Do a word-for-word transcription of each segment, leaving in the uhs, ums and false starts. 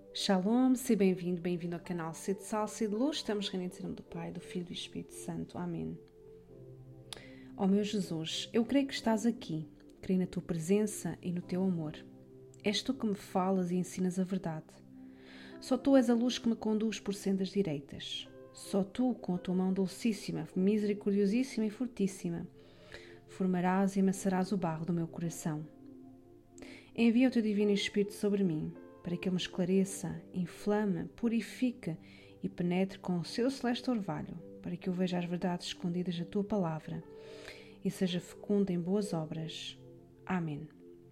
Shalom, seja bem-vindo, bem-vindo ao canal Sede Sal, Sede Luz. Estamos reunidos em nome do Pai, do Filho e do Espírito Santo. Amém. Ó meu Jesus, eu creio que estás aqui, creio na tua presença e no teu amor. És tu que me falas e ensinas a verdade. Só tu és a luz que me conduz por sendas direitas. Só tu, com a tua mão dulcíssima, misericordiosíssima e fortíssima, formarás e amassarás o barro do meu coração. Envia o teu divino Espírito sobre mim, para que ele me esclareça, inflame, purifique e penetre com o seu celeste orvalho, para que eu veja as verdades escondidas da tua palavra e seja fecundo em boas obras. Amém.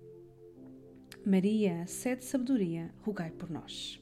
Maria, sede de sabedoria, rogai por nós.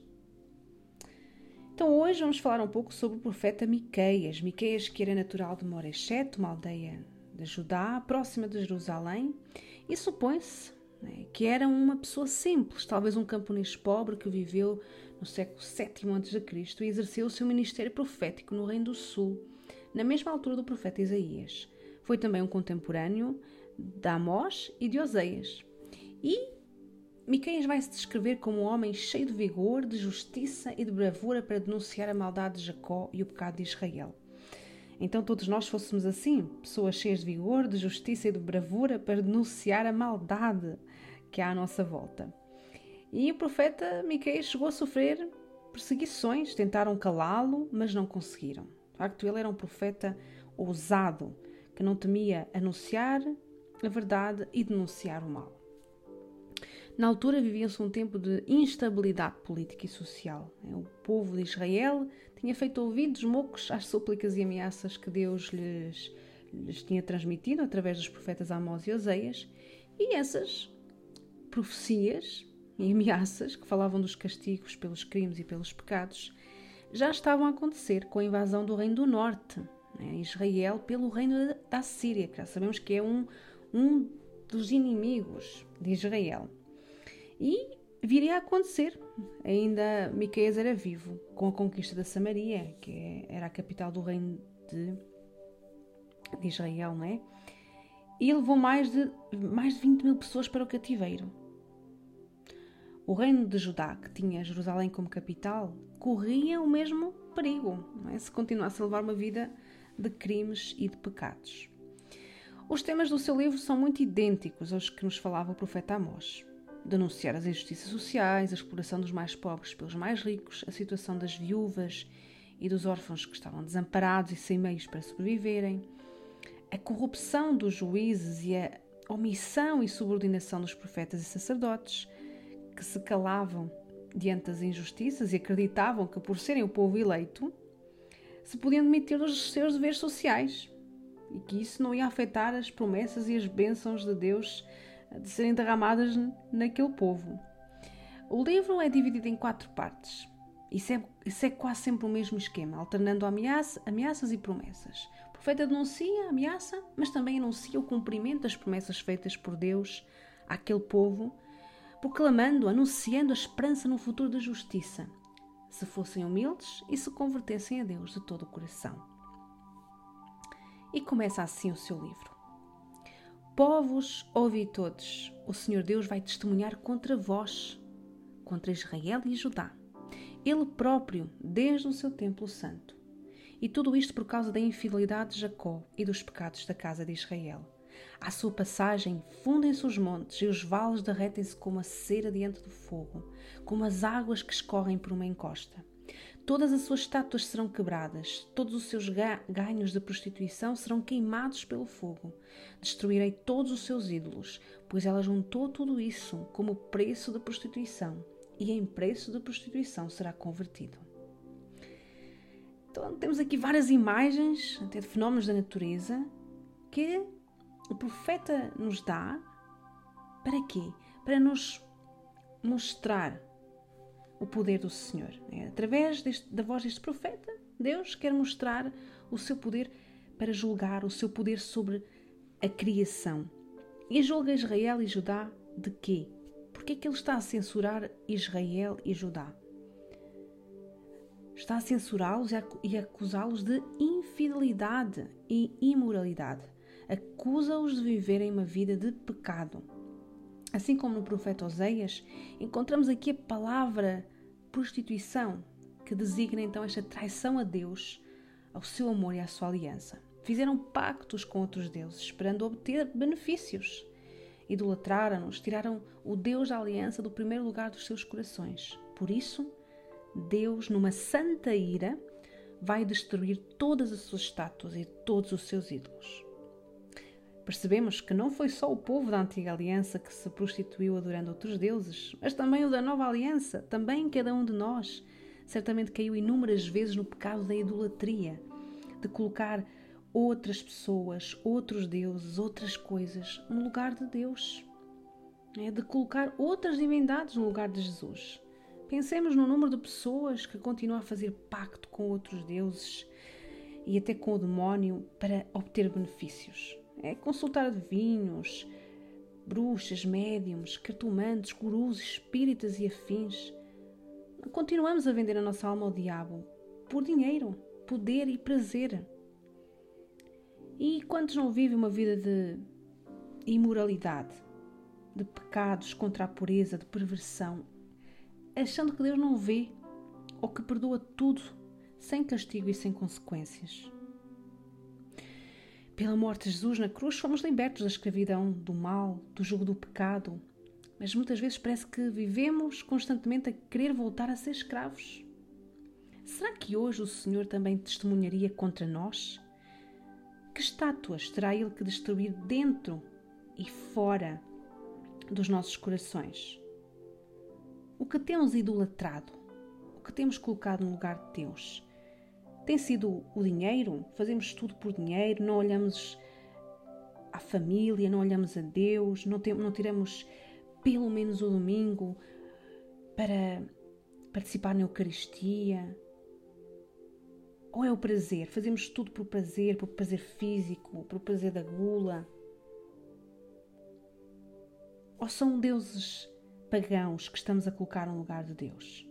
Então hoje vamos falar um pouco sobre o profeta Miqueias. Miqueias, que era natural de Moreshete, uma aldeia de Judá, próxima de Jerusalém, e supõe-se que era uma pessoa simples, talvez um camponês pobre que viveu no século sétimo antes de Cristo e exerceu o seu ministério profético no Reino do Sul, na mesma altura do profeta Isaías. Foi também um contemporâneo de Amós e de Oseias. E Miqueias vai se descrever como um homem cheio de vigor, de justiça e de bravura para denunciar a maldade de Jacó e o pecado de Israel. Então todos nós fôssemos assim, pessoas cheias de vigor, de justiça e de bravura para denunciar a maldade que há à nossa volta. E o profeta Miqueias chegou a sofrer perseguições, tentaram calá-lo, mas não conseguiram. De facto, ele era um profeta ousado, que não temia anunciar a verdade e denunciar o mal. Na altura vivia-se um tempo de instabilidade política e social. O povo de Israel tinha feito ouvidos mocos às súplicas e ameaças que Deus lhes, lhes tinha transmitido através dos profetas Amós e Oseias, e essas profecias e ameaças que falavam dos castigos pelos crimes e pelos pecados já estavam a acontecer com a invasão do Reino do Norte, né, Israel, pelo Reino da Síria, que já sabemos que é um, um dos inimigos de Israel. E viria a acontecer, ainda Miqueias era vivo, com a conquista da Samaria, que era a capital do reino de, de Israel, não é? E levou mais de, mais de vinte mil pessoas para o cativeiro. O reino de Judá, que tinha Jerusalém como capital, corria o mesmo perigo, não é? Se continuasse a levar uma vida de crimes e de pecados. Os temas do seu livro são muito idênticos aos que nos falava o profeta Amós. Denunciar as injustiças sociais, a exploração dos mais pobres pelos mais ricos, a situação das viúvas e dos órfãos que estavam desamparados e sem meios para sobreviverem, a corrupção dos juízes e a omissão e subordinação dos profetas e sacerdotes, que se calavam diante das injustiças e acreditavam que, por serem o povo eleito, se podiam demitir dos seus deveres sociais e que isso não ia afetar as promessas e as bênçãos de Deus de serem derramadas naquele povo. O livro é dividido em quatro partes. Isso é, isso é quase sempre o mesmo esquema, alternando ameaça, ameaças e promessas. O profeta denuncia a ameaça, mas também anuncia o cumprimento das promessas feitas por Deus àquele povo, proclamando, anunciando a esperança no futuro da justiça, se fossem humildes e se convertessem a Deus de todo o coração. E começa assim o seu livro. Povos, ouvi todos, o Senhor Deus vai testemunhar contra vós, contra Israel e Judá, Ele próprio, desde o seu templo santo. E tudo isto por causa da infidelidade de Jacó e dos pecados da casa de Israel. À sua passagem, fundem-se os montes e os vales derretem-se como a cera diante do fogo, como as águas que escorrem por uma encosta. Todas as suas estátuas serão quebradas, todos os seus ganhos de prostituição serão queimados pelo fogo. Destruirei todos os seus ídolos, pois ela juntou tudo isso como preço da prostituição, e em preço da prostituição será convertido. Então temos aqui várias imagens, até de fenómenos da natureza, que o profeta nos dá. Para quê? Para nos mostrar o poder do Senhor. Através deste, da voz deste profeta, Deus quer mostrar o seu poder para julgar, o seu poder sobre a criação. E julga Israel e Judá de quê? Porque é que ele está a censurar Israel e Judá? Está a censurá-los e a acusá-los de infidelidade e imoralidade. Acusa-os de viverem uma vida de pecado. Assim como no profeta Oseias, encontramos aqui a palavra prostituição, que designa então esta traição a Deus, ao seu amor e à sua aliança. Fizeram pactos com outros deuses, esperando obter benefícios. Idolatraram-nos, tiraram o Deus da aliança do primeiro lugar dos seus corações. Por isso, Deus, numa santa ira, vai destruir todas as suas estátuas e todos os seus ídolos. Percebemos que não foi só o povo da antiga aliança que se prostituiu adorando outros deuses, mas também o da nova aliança, também cada um de nós. Certamente caiu inúmeras vezes no pecado da idolatria, de colocar outras pessoas, outros deuses, outras coisas no lugar de Deus. É de colocar outras divindades no lugar de Jesus. Pensemos no número de pessoas que continuam a fazer pacto com outros deuses e até com o demónio para obter benefícios. É consultar adivinhos, bruxas, médiums, cartomantes, gurus, espíritas e afins. Continuamos a vender a nossa alma ao diabo por dinheiro, poder e prazer. E quantos não vivem uma vida de imoralidade, de pecados contra a pureza, de perversão, achando que Deus não vê ou que perdoa tudo sem castigo e sem consequências? Pela morte de Jesus na cruz fomos libertos da escravidão, do mal, do jugo do pecado, mas muitas vezes parece que vivemos constantemente a querer voltar a ser escravos. Será que hoje o Senhor também testemunharia contra nós? Que estátuas terá Ele que destruir dentro e fora dos nossos corações? O que temos idolatrado? O que temos colocado no lugar de Deus? Tem sido o dinheiro? Fazemos tudo por dinheiro, não olhamos à família, não olhamos a Deus, não, temos, não tiramos pelo menos o domingo para participar na Eucaristia? Ou é o prazer? Fazemos tudo por prazer, por prazer físico, por prazer da gula? Ou são deuses pagãos que estamos a colocar no lugar de Deus?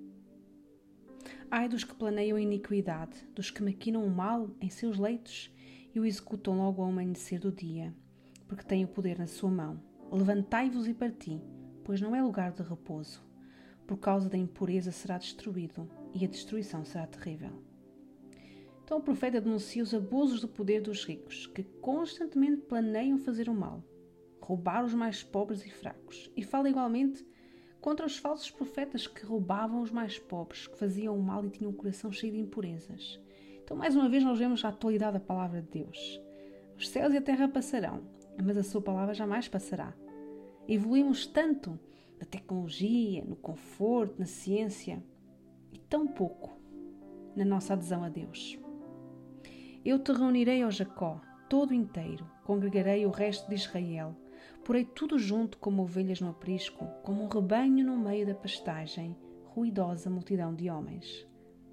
Ai dos que planeiam a iniquidade, dos que maquinam o mal em seus leitos e o executam logo ao amanhecer do dia, porque têm o poder na sua mão. Levantai-vos e parti, pois não é lugar de repouso. Por causa da impureza será destruído, e a destruição será terrível. Então o profeta denuncia os abusos do poder dos ricos, que constantemente planeiam fazer o mal, roubar os mais pobres e fracos, e fala igualmente contra os falsos profetas que roubavam os mais pobres, que faziam o mal e tinham o coração cheio de impurezas. Então, mais uma vez, nós vemos a atualidade da palavra de Deus. Os céus e a terra passarão, mas a sua palavra jamais passará. Evoluímos tanto na tecnologia, no conforto, na ciência, e tão pouco na nossa adesão a Deus. Eu te reunirei, ó Jacó, todo inteiro, congregarei o resto de Israel, porei tudo junto como ovelhas no aprisco, como um rebanho no meio da pastagem, ruidosa multidão de homens.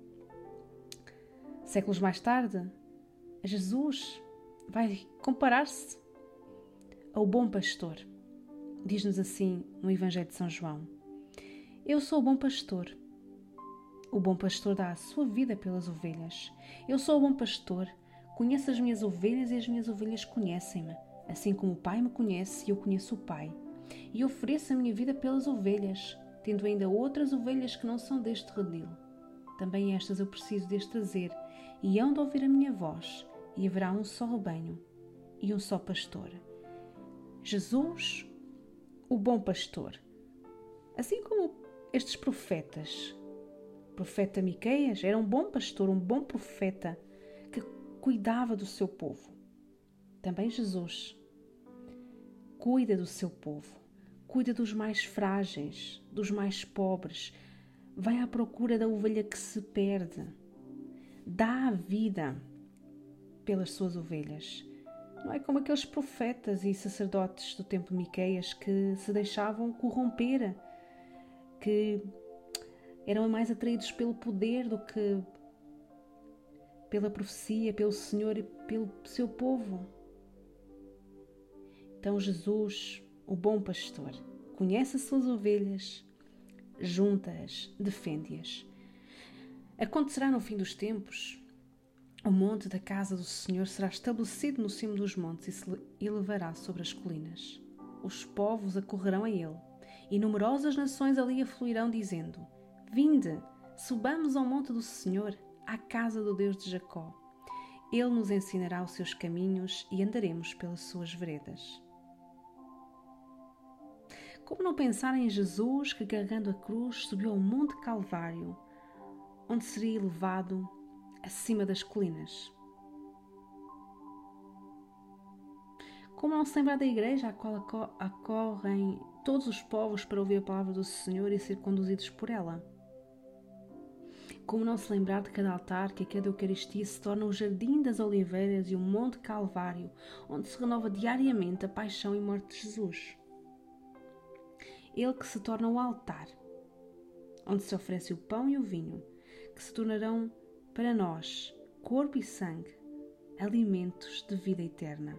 Séculos mais tarde, Jesus vai comparar-se ao bom pastor. Diz-nos assim no Evangelho de São João: Eu sou o bom pastor. O bom pastor dá a sua vida pelas ovelhas. Eu sou o bom pastor, conheço as minhas ovelhas e as minhas ovelhas conhecem-me. Assim como o Pai me conhece e eu conheço o Pai. E ofereço a minha vida pelas ovelhas, tendo ainda outras ovelhas que não são deste redil. Também estas eu preciso de as trazer, e hão de ouvir a minha voz, e haverá um só rebanho e um só pastor. Jesus, o bom pastor. Assim como estes profetas, o profeta Miqueias era um bom pastor, um bom profeta que cuidava do seu povo. Também Jesus cuida do seu povo, cuida dos mais frágeis, dos mais pobres, vai à procura da ovelha que se perde, dá a vida pelas suas ovelhas. Não é como aqueles profetas e sacerdotes do tempo de Miqueias que se deixavam corromper, que eram mais atraídos pelo poder do que pela profecia, pelo Senhor e pelo seu povo. Então Jesus, o bom pastor, conhece as suas ovelhas, junta-as, defende-as. Acontecerá no fim dos tempos, o monte da casa do Senhor será estabelecido no cimo dos montes e se elevará sobre as colinas. Os povos acorrerão a ele, e numerosas nações ali afluirão, dizendo: Vinde, subamos ao monte do Senhor, à casa do Deus de Jacó. Ele nos ensinará os seus caminhos e andaremos pelas suas veredas. Como não pensar em Jesus que, carregando a cruz, subiu ao Monte Calvário, onde seria elevado acima das colinas? Como não se lembrar da igreja à qual acorrem todos os povos para ouvir a palavra do Senhor e ser conduzidos por ela? Como não se lembrar de cada altar que a cada Eucaristia se torna o Jardim das Oliveiras e o Monte Calvário, onde se renova diariamente a paixão e morte de Jesus? Ele que se torna o altar, onde se oferece o pão e o vinho, que se tornarão para nós corpo e sangue, alimentos de vida eterna.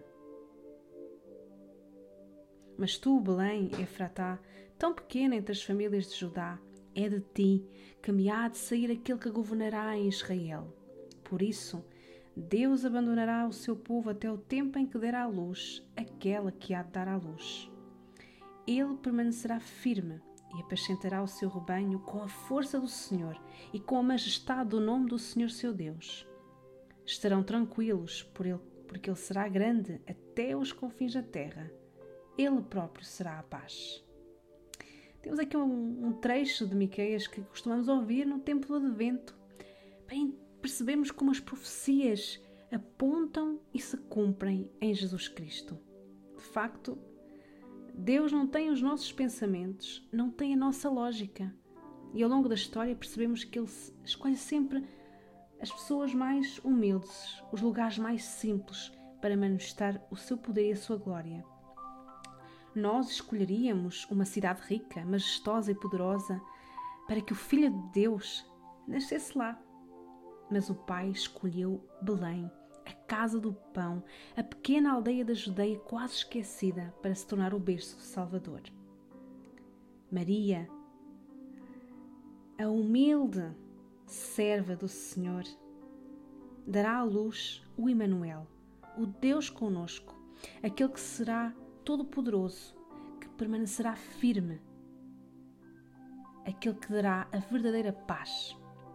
Mas tu, Belém, Efratá, tão pequena entre as famílias de Judá, é de ti que me há de sair aquele que governará em Israel. Por isso, Deus abandonará o seu povo até o tempo em que der à luz aquela que há de dar à luz. Ele permanecerá firme e apacentará o seu rebanho com a força do Senhor e com a majestade do nome do Senhor seu Deus. Estarão tranquilos, por ele, porque ele será grande até os confins da terra. Ele próprio será a paz. Temos aqui um, um trecho de Miqueias que costumamos ouvir no tempo do Advento, para percebermos como as profecias apontam e se cumprem em Jesus Cristo. De facto, Deus não tem os nossos pensamentos, não tem a nossa lógica. E ao longo da história percebemos que Ele escolhe sempre as pessoas mais humildes, os lugares mais simples, para manifestar o seu poder e a sua glória. Nós escolheríamos uma cidade rica, majestosa e poderosa para que o Filho de Deus nascesse lá. Mas o Pai escolheu Belém, a casa do pão, a pequena aldeia da Judeia quase esquecida, para se tornar o berço do Salvador. Maria, a humilde serva do Senhor, dará à luz o Emanuel, o Deus conosco, aquele que será todo-poderoso, que permanecerá firme, aquele que dará a verdadeira paz.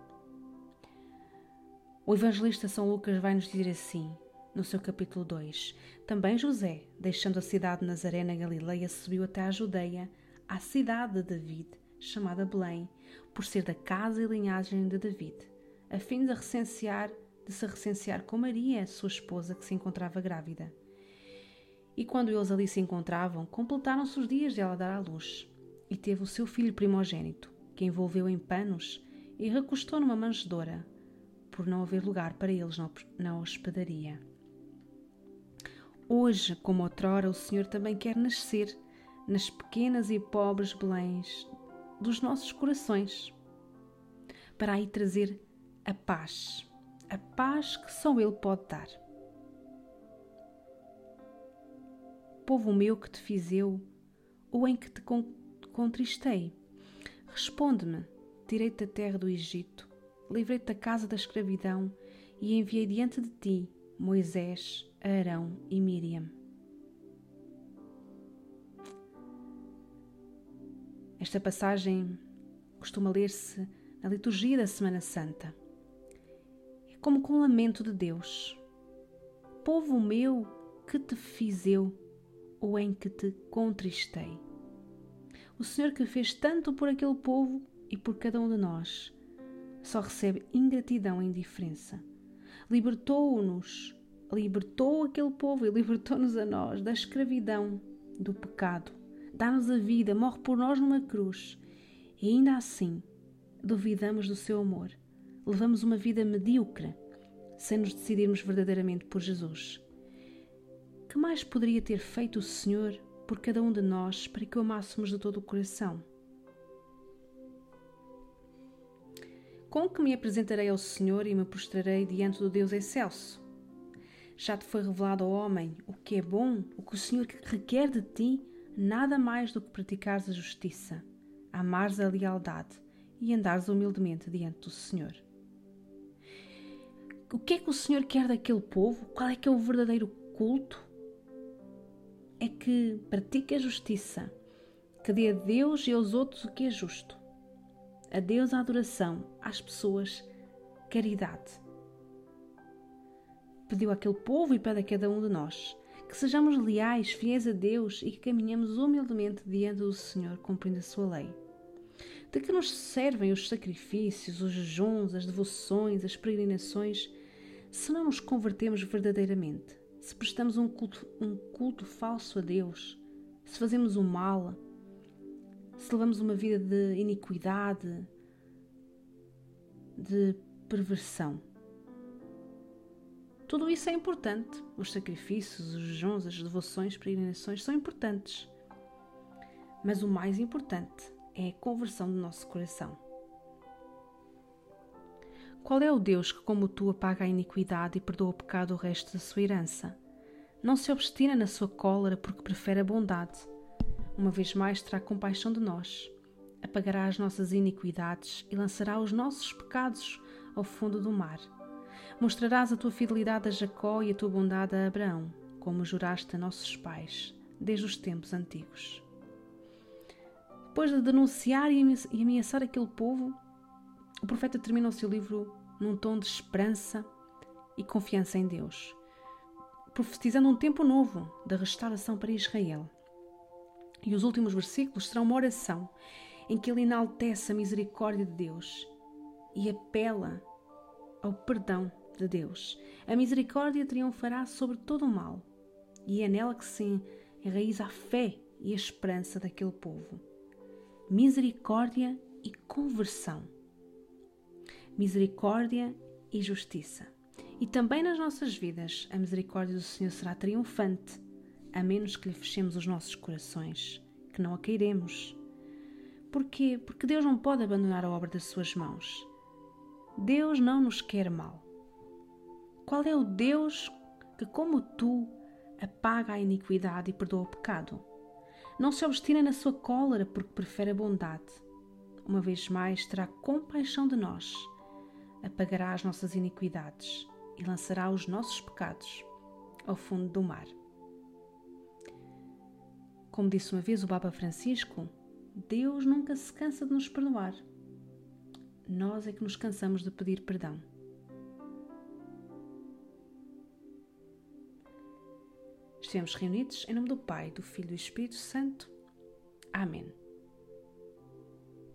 O evangelista São Lucas vai nos dizer assim, no seu capítulo dois: também José, deixando a cidade de Nazaré na Galileia, subiu até a Judeia, à cidade de David, chamada Belém, por ser da casa e linhagem de David, a fim de, recensear, de se recensear com Maria, sua esposa, que se encontrava grávida. E quando eles ali se encontravam, completaram-se os dias de ela dar à luz, e teve o seu filho primogênito, que envolveu em panos e recostou numa manjedoura, por não haver lugar para eles na hospedaria. Hoje, como outrora, o Senhor também quer nascer nas pequenas e pobres Beléns dos nossos corações, para aí trazer a paz, a paz que só Ele pode dar. Povo meu, que te fiz eu, ou em que te contristei? Responde-me. Tirei-te da terra do Egito, livrei-te da casa da escravidão e enviei diante de ti Moisés, Arão e Míriam. Esta passagem costuma ler-se na liturgia da Semana Santa. É como com o lamento de Deus. Povo meu, que te fiz eu, ou em que te contristei? O Senhor, que fez tanto por aquele povo e por cada um de nós, só recebe ingratidão e indiferença. Libertou-nos, libertou aquele povo e libertou-nos a nós da escravidão, do pecado. Dá-nos a vida, morre por nós numa cruz. E ainda assim, duvidamos do seu amor. Levamos uma vida medíocre, sem nos decidirmos verdadeiramente por Jesus. Que mais poderia ter feito o Senhor por cada um de nós para que o amássemos de todo o coração? Com que me apresentarei ao Senhor e me prostrarei diante do Deus excelso? Já te foi revelado ao homem o que é bom, o que o Senhor requer de ti, nada mais do que praticares a justiça, amares a lealdade e andares humildemente diante do Senhor. O que é que o Senhor quer daquele povo? Qual é que é o verdadeiro culto? É que pratique a justiça, que dê a Deus e aos outros o que é justo. a Deus a adoração, às pessoas caridade. Pediu àquele povo e pede a cada um de nós que sejamos leais, fiéis a Deus e que caminhemos humildemente diante do Senhor, cumprindo a sua lei. De que nos servem os sacrifícios, os jejuns, as devoções, as peregrinações, se não nos convertemos verdadeiramente, se prestamos um culto, um culto falso a Deus, se fazemos o mal, se levamos uma vida de iniquidade, de perversão. Tudo isso é importante. Os sacrifícios, os jejuns, as devoções, as peregrinações são importantes. Mas o mais importante é a conversão do nosso coração. Qual é o Deus que, como tu, apaga a iniquidade e perdoa o pecado do resto da sua herança? Não se obstina na sua cólera porque prefere a bondade. Uma vez mais terá compaixão de nós, apagará as nossas iniquidades e lançará os nossos pecados ao fundo do mar. Mostrarás a tua fidelidade a Jacó e a tua bondade a Abraão, como juraste a nossos pais, desde os tempos antigos. Depois de denunciar e ameaçar aquele povo, o profeta termina o seu livro num tom de esperança e confiança em Deus, profetizando um tempo novo de restauração para Israel. E os últimos versículos serão uma oração em que ele enaltece a misericórdia de Deus e apela ao perdão de Deus. A misericórdia triunfará sobre todo o mal e é nela que se enraiza a fé e a esperança daquele povo. Misericórdia e conversão. Misericórdia e justiça. E também nas nossas vidas a misericórdia do Senhor será triunfante, a menos que lhe fechemos os nossos corações, que não a queiremos. Porquê? Porque Deus não pode abandonar a obra das suas mãos. Deus não nos quer mal. Qual é o Deus que, como tu, apaga a iniquidade e perdoa o pecado? Não se obstina na sua cólera porque prefere a bondade. Uma vez mais terá compaixão de nós, apagará as nossas iniquidades e lançará os nossos pecados ao fundo do mar. Como disse uma vez o Papa Francisco, Deus nunca se cansa de nos perdoar. Nós é que nos cansamos de pedir perdão. Estivemos reunidos em nome do Pai, do Filho e do Espírito Santo. Amém.